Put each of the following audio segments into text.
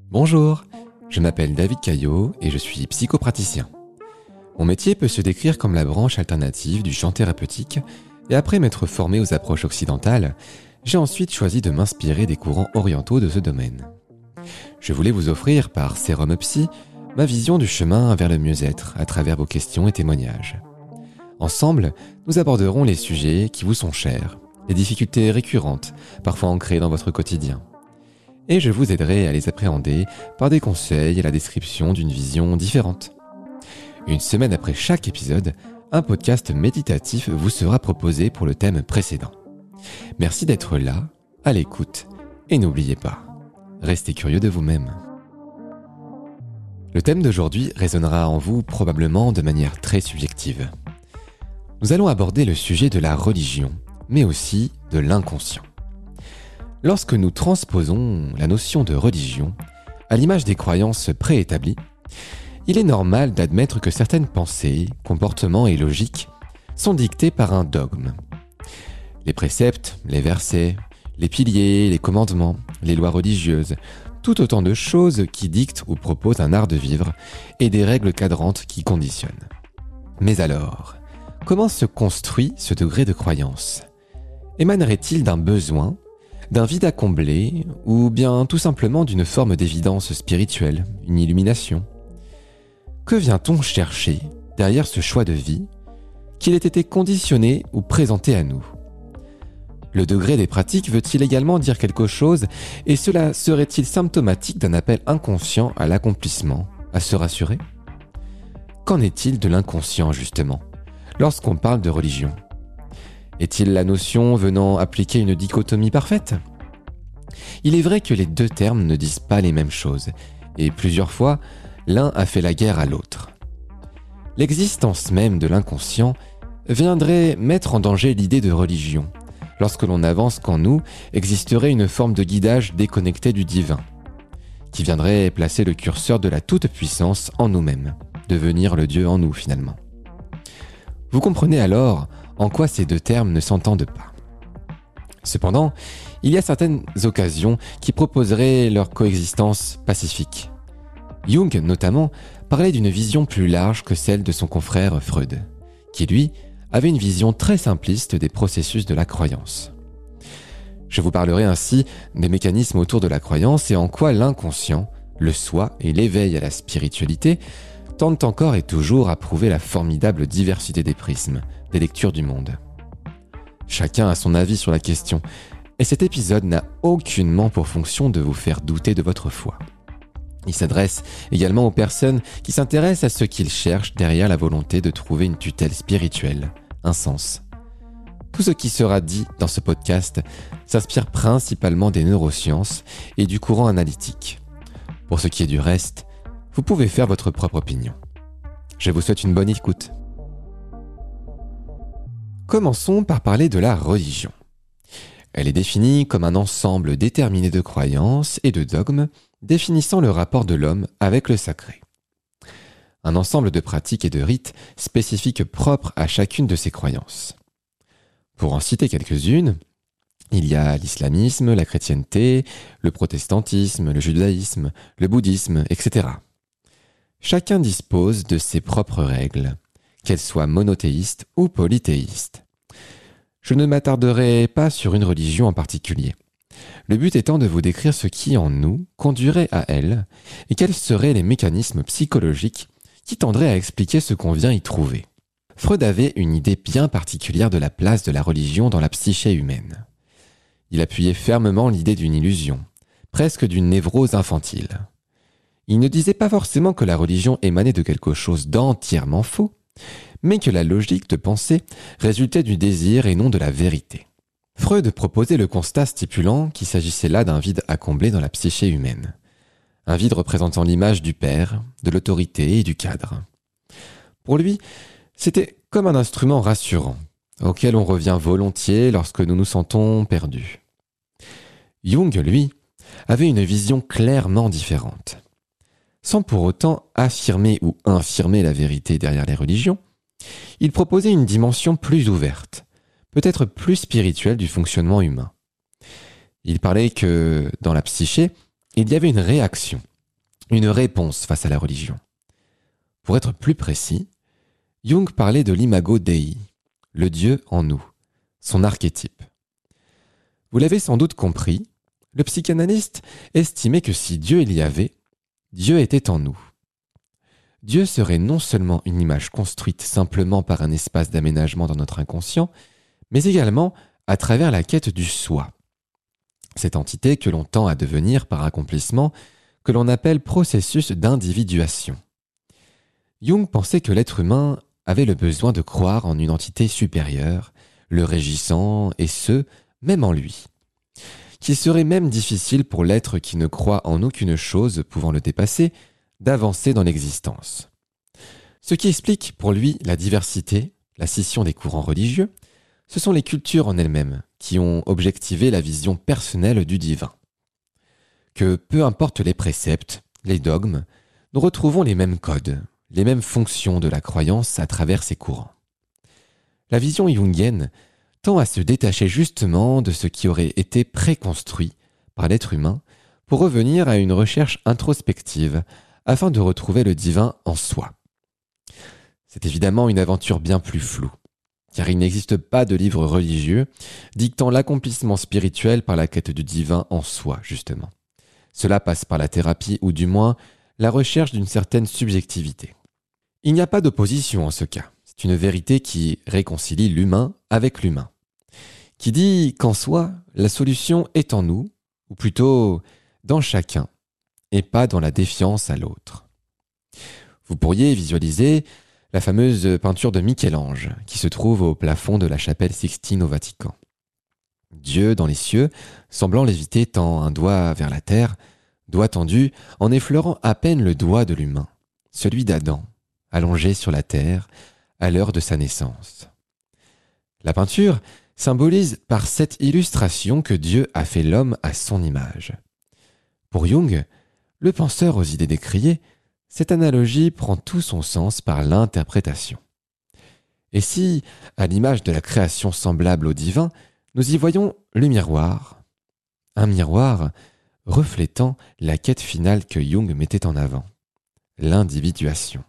Bonjour, je m'appelle David Caillot et je suis psychopraticien. Mon métier peut se décrire comme la branche alternative du champ thérapeutique et après m'être formé aux approches occidentales, j'ai ensuite choisi de m'inspirer des courants orientaux de ce domaine. Je voulais vous offrir par Sérum Psy ma vision du chemin vers le mieux-être à travers vos questions et témoignages. Ensemble, nous aborderons les sujets qui vous sont chers, les difficultés récurrentes, parfois ancrées dans votre quotidien. Et je vous aiderai à les appréhender par des conseils et la description d'une vision différente. Une semaine après chaque épisode, un podcast méditatif vous sera proposé pour le thème précédent. Merci d'être là, à l'écoute, et n'oubliez pas, restez curieux de vous-même. Le thème d'aujourd'hui résonnera en vous probablement de manière très subjective. Nous allons aborder le sujet de la religion, mais aussi de l'inconscient. Lorsque nous transposons la notion de religion à l'image des croyances préétablies, il est normal d'admettre que certaines pensées, comportements et logiques sont dictés par un dogme. Les préceptes, les versets, les piliers, les commandements, les lois religieuses, tout autant de choses qui dictent ou proposent un art de vivre et des règles cadrantes qui conditionnent. Mais alors, comment se construit ce degré de croyance ? Émanerait-il d'un besoin, d'un vide à combler, ou bien tout simplement d'une forme d'évidence spirituelle, une illumination ? Que vient-on chercher derrière ce choix de vie, qu'il ait été conditionné ou présenté à nous ? Le degré des pratiques veut-il également dire quelque chose, et cela serait-il symptomatique d'un appel inconscient à l'accomplissement, à se rassurer ? Qu'en est-il de l'inconscient justement, lorsqu'on parle de religion ? Est-il la notion venant appliquer une dichotomie parfaite ? Il est vrai que les deux termes ne disent pas les mêmes choses, et plusieurs fois, l'un a fait la guerre à l'autre. L'existence même de l'inconscient viendrait mettre en danger l'idée de religion, lorsque l'on avance qu'en nous existerait une forme de guidage déconnecté du divin, qui viendrait placer le curseur de la toute-puissance en nous-mêmes, devenir le Dieu en nous finalement. Vous comprenez alors en quoi ces deux termes ne s'entendent pas. Cependant, il y a certaines occasions qui proposeraient leur coexistence pacifique. Jung, notamment, parlait d'une vision plus large que celle de son confrère Freud, qui lui avait une vision très simpliste des processus de la croyance. Je vous parlerai ainsi des mécanismes autour de la croyance et en quoi l'inconscient, le soi et l'éveil à la spiritualité tendent encore et toujours à prouver la formidable diversité des prismes, des lectures du monde. Chacun a son avis sur la question, et cet épisode n'a aucunement pour fonction de vous faire douter de votre foi. Il s'adresse également aux personnes qui s'intéressent à ce qu'ils cherchent derrière la volonté de trouver une tutelle spirituelle, un sens. Tout ce qui sera dit dans ce podcast s'inspire principalement des neurosciences et du courant analytique. Pour ce qui est du reste, vous pouvez faire votre propre opinion. Je vous souhaite une bonne écoute. Commençons par parler de la religion. Elle est définie comme un ensemble déterminé de croyances et de dogmes définissant le rapport de l'homme avec le sacré. Un ensemble de pratiques et de rites spécifiques propres à chacune de ces croyances. Pour en citer quelques-unes, il y a l'islamisme, la chrétienté, le protestantisme, le judaïsme, le bouddhisme, etc. Chacun dispose de ses propres règles, qu'elles soient monothéistes ou polythéistes. Je ne m'attarderai pas sur une religion en particulier. Le but étant de vous décrire ce qui en nous conduirait à elle et quels seraient les mécanismes psychologiques qui tendraient à expliquer ce qu'on vient y trouver. Freud avait une idée bien particulière de la place de la religion dans la psyché humaine. Il appuyait fermement l'idée d'une illusion, presque d'une névrose infantile. Il ne disait pas forcément que la religion émanait de quelque chose d'entièrement faux, mais que la logique de pensée résultait du désir et non de la vérité. Freud proposait le constat stipulant qu'il s'agissait là d'un vide à combler dans la psyché humaine. Un vide représentant l'image du père, de l'autorité et du cadre. Pour lui, c'était comme un instrument rassurant, auquel on revient volontiers lorsque nous nous sentons perdus. Jung, lui, avait une vision clairement différente. Sans pour autant affirmer ou infirmer la vérité derrière les religions, il proposait une dimension plus ouverte, peut-être plus spirituelle du fonctionnement humain. Il parlait que, dans la psyché, il y avait une réaction, une réponse face à la religion. Pour être plus précis, Jung parlait de l'imago Dei, le Dieu en nous, son archétype. Vous l'avez sans doute compris, le psychanalyste estimait que si Dieu il y avait, Dieu était en nous. Dieu serait non seulement une image construite simplement par un espace d'aménagement dans notre inconscient, mais également à travers la quête du soi. Cette entité que l'on tend à devenir par accomplissement, que l'on appelle processus d'individuation. Jung pensait que l'être humain avait le besoin de croire en une entité supérieure, le régissant, et ce, même en lui. Qu'il serait même difficile pour l'être qui ne croit en aucune chose pouvant le dépasser, d'avancer dans l'existence. Ce qui explique pour lui la diversité, la scission des courants religieux, ce sont les cultures en elles-mêmes qui ont objectivé la vision personnelle du divin. Que peu importe les préceptes, les dogmes, nous retrouvons les mêmes codes, les mêmes fonctions de la croyance à travers ces courants. La vision jungienne tend à se détacher justement de ce qui aurait été préconstruit par l'être humain pour revenir à une recherche introspective afin de retrouver le divin en soi. C'est évidemment une aventure bien plus floue, car il n'existe pas de livre religieux dictant l'accomplissement spirituel par la quête du divin en soi, justement. Cela passe par la thérapie ou du moins la recherche d'une certaine subjectivité. Il n'y a pas d'opposition en ce cas. C'est une vérité qui réconcilie l'humain avec l'humain, qui dit qu'en soi, la solution est en nous, ou plutôt dans chacun, et pas dans la défiance à l'autre. Vous pourriez visualiser la fameuse peinture de Michel-Ange qui se trouve au plafond de la chapelle Sixtine au Vatican. Dieu dans les cieux, semblant léviter, tend un doigt vers la terre, doigt tendu en effleurant à peine le doigt de l'humain, celui d'Adam, allongé sur la terre à l'heure de sa naissance. La peinture symbolise par cette illustration que Dieu a fait l'homme à son image. Pour Jung, le penseur aux idées décriées, cette analogie prend tout son sens par l'interprétation. Et si, à l'image de la création semblable au divin, nous y voyons le miroir, un miroir reflétant la quête finale que Jung mettait en avant, l'individuation.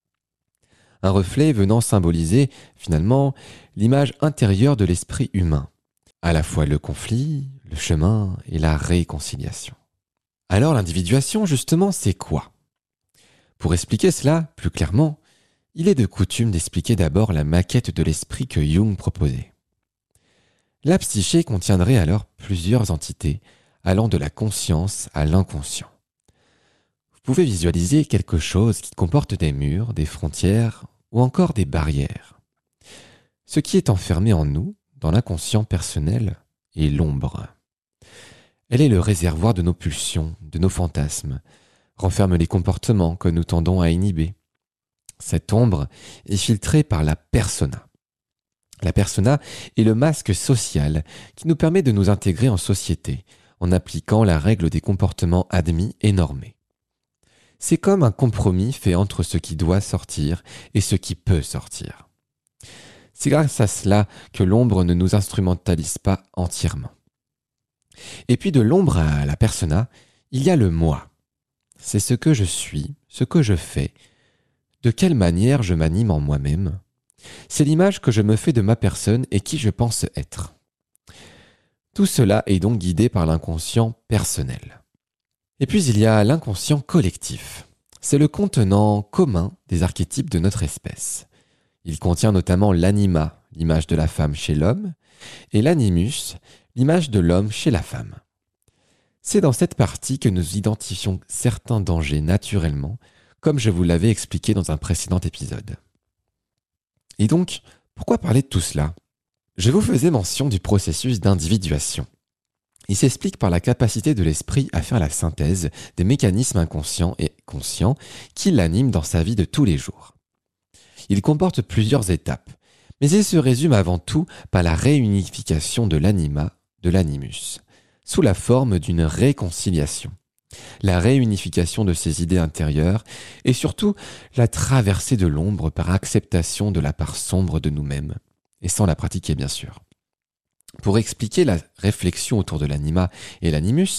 Un reflet venant symboliser, finalement, l'image intérieure de l'esprit humain, à la fois le conflit, le chemin et la réconciliation. Alors l'individuation, justement, c'est quoi ? Pour expliquer cela plus clairement, il est de coutume d'expliquer d'abord la maquette de l'esprit que Jung proposait. La psyché contiendrait alors plusieurs entités allant de la conscience à l'inconscient. Vous pouvez visualiser quelque chose qui comporte des murs, des frontières ou encore des barrières. Ce qui est enfermé en nous, dans l'inconscient personnel, est l'ombre. Elle est le réservoir de nos pulsions, de nos fantasmes, renferme les comportements que nous tendons à inhiber. Cette ombre est filtrée par la persona. La persona est le masque social qui nous permet de nous intégrer en société en appliquant la règle des comportements admis et normés. C'est comme un compromis fait entre ce qui doit sortir et ce qui peut sortir. C'est grâce à cela que l'ombre ne nous instrumentalise pas entièrement. Et puis de l'ombre à la persona, il y a le moi. C'est ce que je suis, ce que je fais, de quelle manière je m'anime en moi-même. C'est l'image que je me fais de ma personne et qui je pense être. Tout cela est donc guidé par l'inconscient personnel. Et puis il y a l'inconscient collectif. C'est le contenant commun des archétypes de notre espèce. Il contient notamment l'anima, l'image de la femme chez l'homme, et l'animus, l'image de l'homme chez la femme. C'est dans cette partie que nous identifions certains dangers naturellement, comme je vous l'avais expliqué dans un précédent épisode. Et donc, pourquoi parler de tout cela ? Je vous faisais mention du processus d'individuation. Il s'explique par la capacité de l'esprit à faire la synthèse des mécanismes inconscients et conscients qui l'animent dans sa vie de tous les jours. Il comporte plusieurs étapes, mais il se résume avant tout par la réunification de l'anima, de l'animus, sous la forme d'une réconciliation. La réunification de ses idées intérieures et surtout la traversée de l'ombre par acceptation de la part sombre de nous-mêmes, et sans la pratiquer bien sûr. Pour expliquer la réflexion autour de l'anima et l'animus,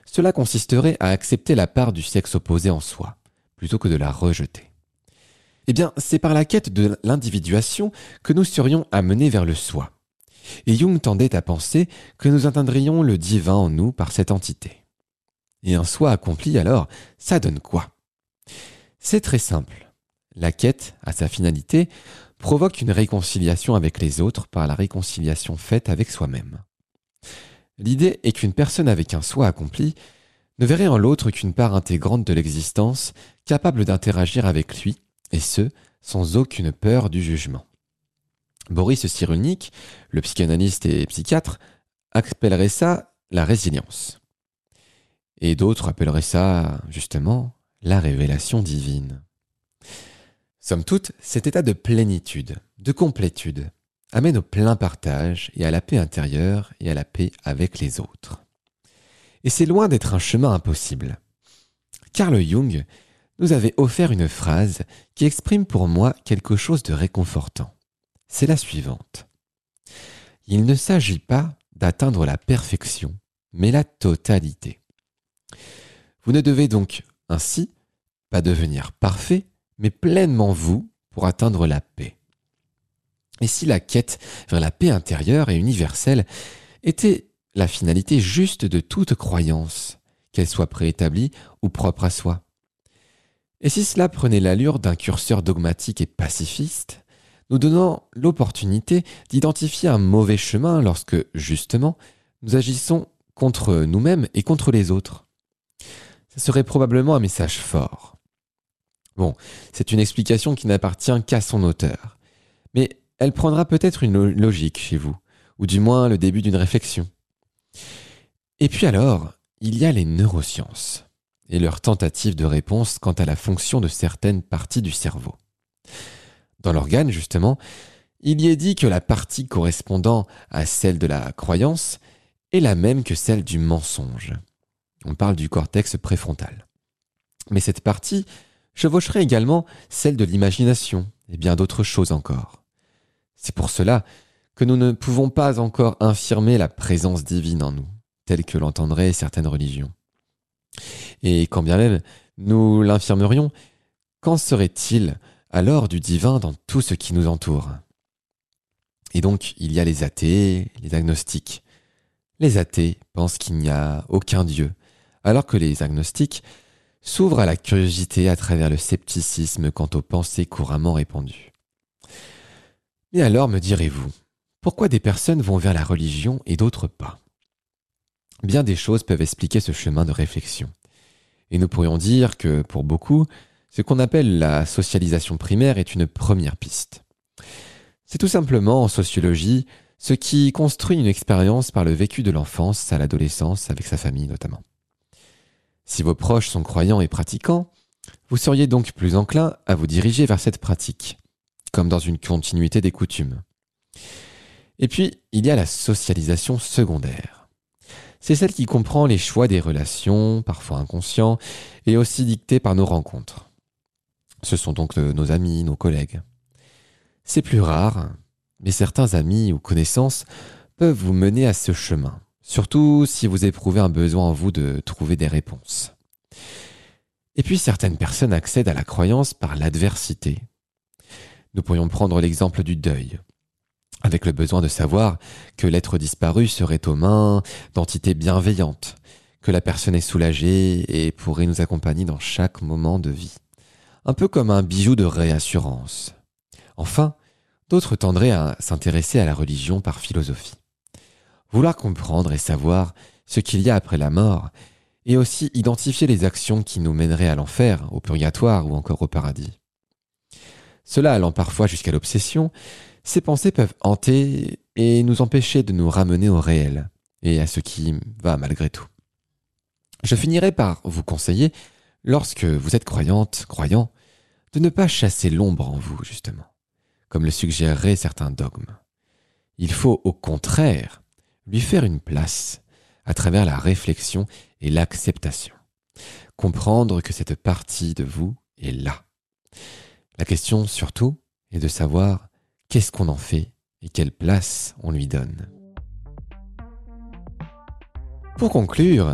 cela consisterait à accepter la part du sexe opposé en soi, plutôt que de la rejeter. Eh bien, c'est par la quête de l'individuation que nous serions amenés vers le soi. Et Jung tendait à penser que nous atteindrions le divin en nous par cette entité. Et un soi accompli, alors, ça donne quoi? C'est très simple. La quête, à sa finalité, provoque une réconciliation avec les autres par la réconciliation faite avec soi-même. L'idée est qu'une personne avec un soi accompli ne verrait en l'autre qu'une part intégrante de l'existence capable d'interagir avec lui, et ce, sans aucune peur du jugement. Boris Cyrulnik, le psychanalyste et psychiatre, appellerait ça la résilience. Et d'autres appelleraient ça, justement, la révélation divine. Somme toute, cet état de plénitude, de complétude, amène au plein partage et à la paix intérieure et à la paix avec les autres. Et c'est loin d'être un chemin impossible. Carl Jung nous avait offert une phrase qui exprime pour moi quelque chose de réconfortant. C'est la suivante. Il ne s'agit pas d'atteindre la perfection, mais la totalité. Vous ne devez donc ainsi pas devenir parfait, mais pleinement vous pour atteindre la paix. Et si la quête vers la paix intérieure et universelle était la finalité juste de toute croyance, qu'elle soit préétablie ou propre à soi? Et si cela prenait l'allure d'un curseur dogmatique et pacifiste, nous donnant l'opportunité d'identifier un mauvais chemin lorsque, justement, nous agissons contre nous-mêmes et contre les autres? Ce serait probablement un message fort. Bon, c'est une explication qui n'appartient qu'à son auteur, mais elle prendra peut-être une logique chez vous, ou du moins le début d'une réflexion. Et puis alors, il y a les neurosciences et leurs tentatives de réponse quant à la fonction de certaines parties du cerveau. Dans l'organe, justement, il y est dit que la partie correspondant à celle de la croyance est la même que celle du mensonge. On parle du cortex préfrontal. Mais cette partie chevaucherait également celle de l'imagination et bien d'autres choses encore. C'est pour cela que nous ne pouvons pas encore infirmer la présence divine en nous, telle que l'entendraient certaines religions. Et quand bien même nous l'infirmerions, qu'en serait-il alors du divin dans tout ce qui nous entoure? Et donc, il y a les athées, les agnostiques. Les athées pensent qu'il n'y a aucun Dieu, alors que les agnostiques s'ouvrent à la curiosité à travers le scepticisme quant aux pensées couramment répandues. Et alors, me direz-vous, pourquoi des personnes vont vers la religion et d'autres pas? Bien des choses peuvent expliquer ce chemin de réflexion. Et nous pourrions dire que, pour beaucoup, ce qu'on appelle la socialisation primaire est une première piste. C'est tout simplement, en sociologie, ce qui construit une expérience par le vécu de l'enfance à l'adolescence, avec sa famille notamment. Si vos proches sont croyants et pratiquants, vous seriez donc plus enclin à vous diriger vers cette pratique, comme dans une continuité des coutumes. Et puis, il y a la socialisation secondaire. C'est celle qui comprend les choix des relations, parfois inconscients, et aussi dictés par nos rencontres. Ce sont donc nos amis, nos collègues. C'est plus rare, mais certains amis ou connaissances peuvent vous mener à ce chemin, surtout si vous éprouvez un besoin en vous de trouver des réponses. Et puis certaines personnes accèdent à la croyance par l'adversité. Nous pourrions prendre l'exemple du deuil, avec le besoin de savoir que l'être disparu serait aux mains d'entités bienveillantes, que la personne est soulagée et pourrait nous accompagner dans chaque moment de vie. Un peu comme un bijou de réassurance. Enfin, d'autres tendraient à s'intéresser à la religion par philosophie. Vouloir comprendre et savoir ce qu'il y a après la mort, et aussi identifier les actions qui nous mèneraient à l'enfer, au purgatoire ou encore au paradis. Cela allant parfois jusqu'à l'obsession, ces pensées peuvent hanter et nous empêcher de nous ramener au réel, et à ce qui va malgré tout. Je finirai par vous conseiller, lorsque vous êtes croyante, croyant, de ne pas chasser l'ombre en vous, justement, comme le suggéreraient certains dogmes. Il faut, au contraire, lui faire une place à travers la réflexion et l'acceptation. Comprendre que cette partie de vous est là. La question, surtout, est de savoir qu'est-ce qu'on en fait et quelle place on lui donne. Pour conclure,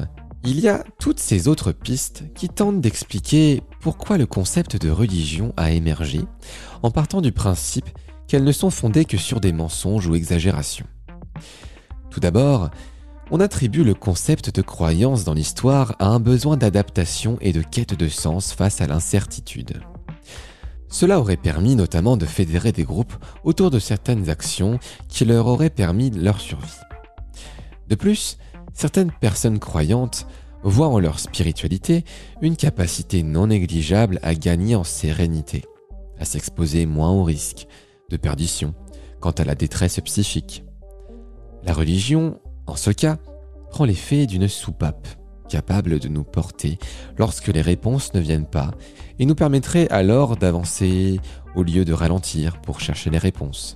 Il y a toutes ces autres pistes qui tentent d'expliquer pourquoi le concept de religion a émergé, en partant du principe qu'elles ne sont fondées que sur des mensonges ou exagérations. Tout d'abord, on attribue le concept de croyance dans l'histoire à un besoin d'adaptation et de quête de sens face à l'incertitude. Cela aurait permis notamment de fédérer des groupes autour de certaines actions qui leur auraient permis leur survie. De plus, certaines personnes croyantes voient en leur spiritualité une capacité non négligeable à gagner en sérénité, à s'exposer moins aux risques de perdition quant à la détresse psychique. La religion, en ce cas, prend l'effet d'une soupape, capable de nous porter lorsque les réponses ne viennent pas et nous permettrait alors d'avancer au lieu de ralentir pour chercher les réponses.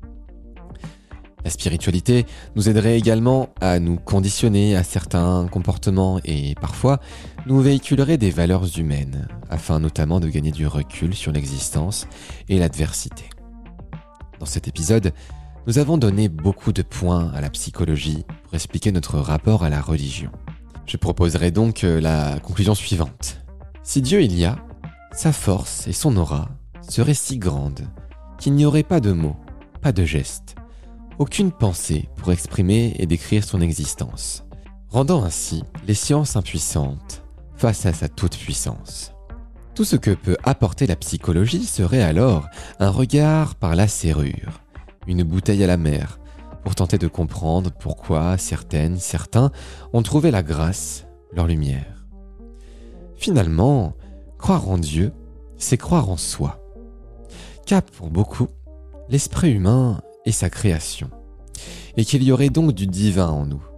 La spiritualité nous aiderait également à nous conditionner à certains comportements et parfois nous véhiculerait des valeurs humaines afin notamment de gagner du recul sur l'existence et l'adversité. Dans cet épisode, nous avons donné beaucoup de points à la psychologie pour expliquer notre rapport à la religion. Je proposerai donc la conclusion suivante. Si Dieu il y a, sa force et son aura seraient si grandes qu'il n'y aurait pas de mots, pas de gestes, aucune pensée pour exprimer et décrire son existence, rendant ainsi les sciences impuissantes face à sa toute-puissance. Tout ce que peut apporter la psychologie serait alors un regard par la serrure, une bouteille à la mer, pour tenter de comprendre pourquoi certains ont trouvé la grâce, leur lumière. Finalement, croire en Dieu, c'est croire en soi. Car pour beaucoup, l'esprit humain est sa création, et qu'il y aurait donc du divin en nous.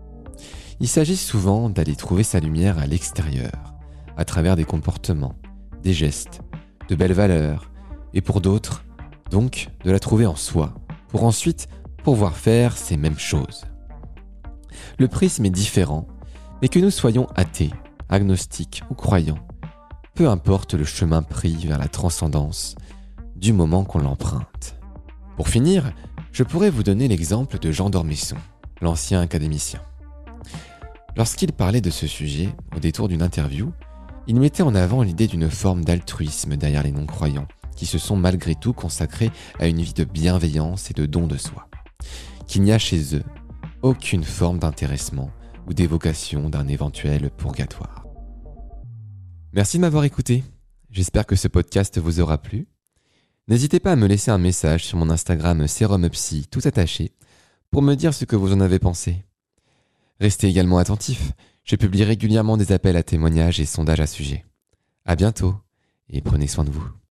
Il s'agit souvent d'aller trouver sa lumière à l'extérieur, à travers des comportements, des gestes, de belles valeurs, et pour d'autres, donc de la trouver en soi, pour ensuite pouvoir faire ces mêmes choses. Le prisme est différent, mais que nous soyons athées, agnostiques ou croyants, peu importe le chemin pris vers la transcendance, du moment qu'on l'emprunte. Pour finir, je pourrais vous donner l'exemple de Jean d'Ormesson, l'ancien académicien. Lorsqu'il parlait de ce sujet, au détour d'une interview, il mettait en avant l'idée d'une forme d'altruisme derrière les non-croyants, qui se sont malgré tout consacrés à une vie de bienveillance et de don de soi. Qu'il n'y a chez eux aucune forme d'intéressement ou d'évocation d'un éventuel purgatoire. Merci de m'avoir écouté. J'espère que ce podcast vous aura plu. N'hésitez pas à me laisser un message sur mon Instagram SerumPsy tout attaché pour me dire ce que vous en avez pensé. Restez également attentifs, je publie régulièrement des appels à témoignages et sondages à sujet. À bientôt et prenez soin de vous.